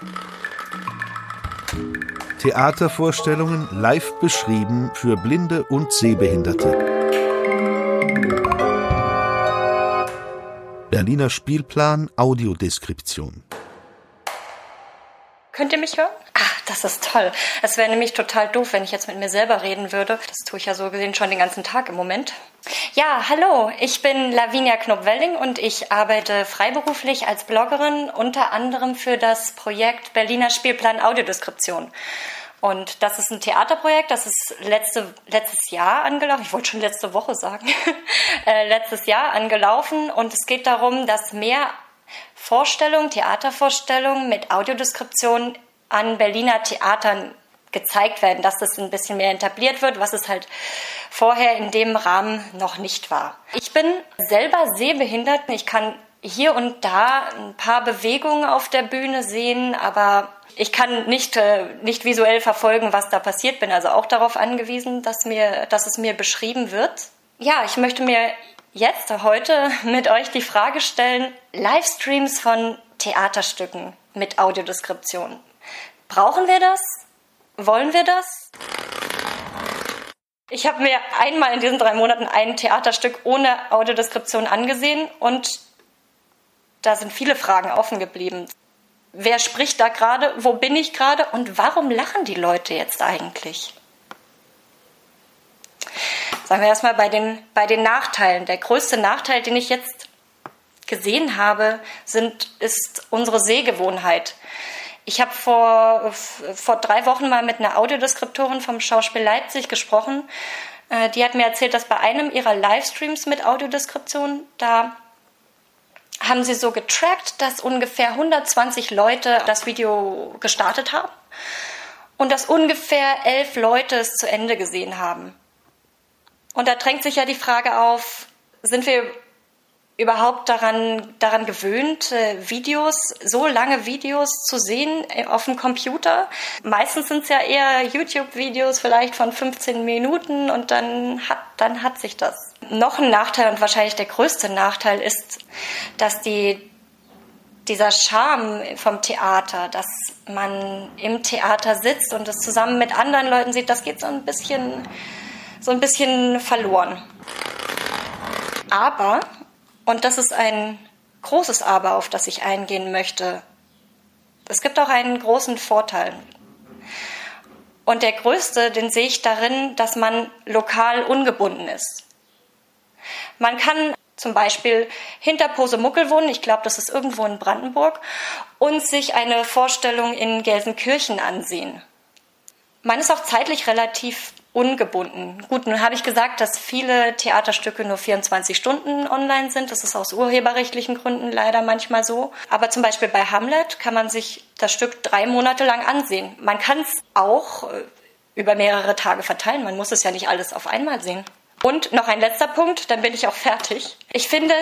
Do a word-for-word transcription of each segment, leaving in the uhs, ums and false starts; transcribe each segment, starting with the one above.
Theatervorstellungen live beschrieben für Blinde und Sehbehinderte. Berliner Spielplan Audiodeskription. Könnt ihr mich hören? Ach, das ist toll. Es wäre nämlich total doof, wenn ich jetzt mit mir selber reden würde. Das tue ich ja so gesehen schon den ganzen Tag im Moment. Ja, hallo, ich bin Lavinia Knopp-Welling und ich arbeite freiberuflich als Bloggerin, unter anderem für das Projekt Berliner Spielplan Audiodeskription. Und das ist ein Theaterprojekt, das ist letzte, letztes Jahr angelaufen, ich wollte schon letzte Woche sagen, äh, letztes Jahr angelaufen und es geht darum, dass mehr Vorstellungen, Theatervorstellungen mit Audiodeskription an Berliner Theatern gezeigt werden, dass das ein bisschen mehr etabliert wird, was es halt vorher in dem Rahmen noch nicht war. Ich bin selber sehbehindert, ich kann hier und da ein paar Bewegungen auf der Bühne sehen, aber ich kann nicht, äh, nicht visuell verfolgen, was da passiert, bin also auch darauf angewiesen, dass, mir, dass es mir beschrieben wird. Ja, ich möchte mir jetzt, heute mit euch die Frage stellen, Livestreams von Theaterstücken mit Audiodeskription. Brauchen wir das? Wollen wir das? Ich habe mir einmal in diesen drei Monaten ein Theaterstück ohne Audiodeskription angesehen und da sind viele Fragen offen geblieben. Wer spricht da gerade? Wo bin ich gerade? Und warum lachen die Leute jetzt eigentlich? Sagen wir erstmal bei den, bei den Nachteilen. Der größte Nachteil, den ich jetzt gesehen habe, sind, ist unsere Sehgewohnheit. Ich habe vor, vor drei Wochen mal mit einer Audiodeskriptorin vom Schauspiel Leipzig gesprochen. Die hat mir erzählt, dass bei einem ihrer Livestreams mit Audiodeskription, da haben sie so getrackt, dass ungefähr hundertzwanzig Leute das Video gestartet haben und dass ungefähr elf Leute es zu Ende gesehen haben. Und da drängt sich ja die Frage auf, sind wir überhaupt daran, daran gewöhnt, Videos, so lange Videos zu sehen auf dem Computer? Meistens sind es ja eher YouTube-Videos vielleicht von fünfzehn Minuten und dann hat, dann hat sich das. Noch ein Nachteil und wahrscheinlich der größte Nachteil ist, dass die, dieser Charme vom Theater, dass man im Theater sitzt und es zusammen mit anderen Leuten sieht, das geht so ein bisschen, so ein bisschen verloren. Aber, und das ist ein großes Aber, auf das ich eingehen möchte, es gibt auch einen großen Vorteil. Und der größte, den sehe ich darin, dass man lokal ungebunden ist. Man kann zum Beispiel hinter Posemuckel wohnen, ich glaube, das ist irgendwo in Brandenburg, und sich eine Vorstellung in Gelsenkirchen ansehen. Man ist auch zeitlich relativ ungebunden. Gut, nun habe ich gesagt, dass viele Theaterstücke nur vierundzwanzig Stunden online sind. Das ist aus urheberrechtlichen Gründen leider manchmal so. Aber zum Beispiel bei Hamlet kann man sich das Stück drei Monate lang ansehen. Man kann es auch über mehrere Tage verteilen. Man muss es ja nicht alles auf einmal sehen. Und noch ein letzter Punkt, dann bin ich auch fertig. Ich finde,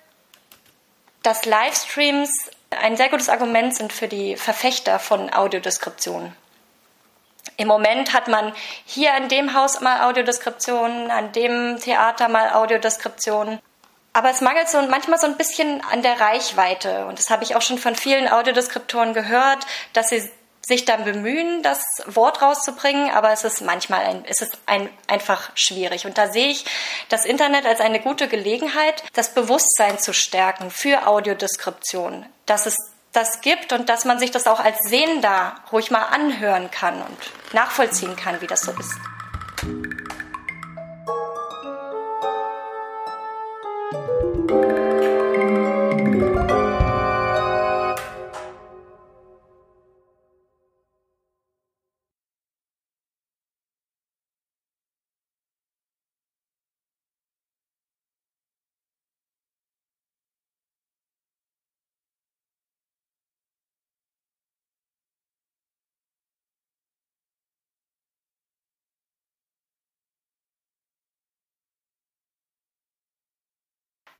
dass Livestreams ein sehr gutes Argument sind für die Verfechter von Audiodeskription. Im Moment hat man hier in dem Haus mal Audiodeskription, an dem Theater mal Audiodeskription. Aber es mangelt so manchmal so ein bisschen an der Reichweite. Und das habe ich auch schon von vielen Audiodeskriptoren gehört, dass sie sich dann bemühen, das Wort rauszubringen, aber es ist manchmal ein, es ist ein, einfach schwierig. Und da sehe ich das Internet als eine gute Gelegenheit, das Bewusstsein zu stärken für Audiodeskription, dass es das gibt und dass man sich das auch als Sehender ruhig mal anhören kann und nachvollziehen kann, wie das so ist.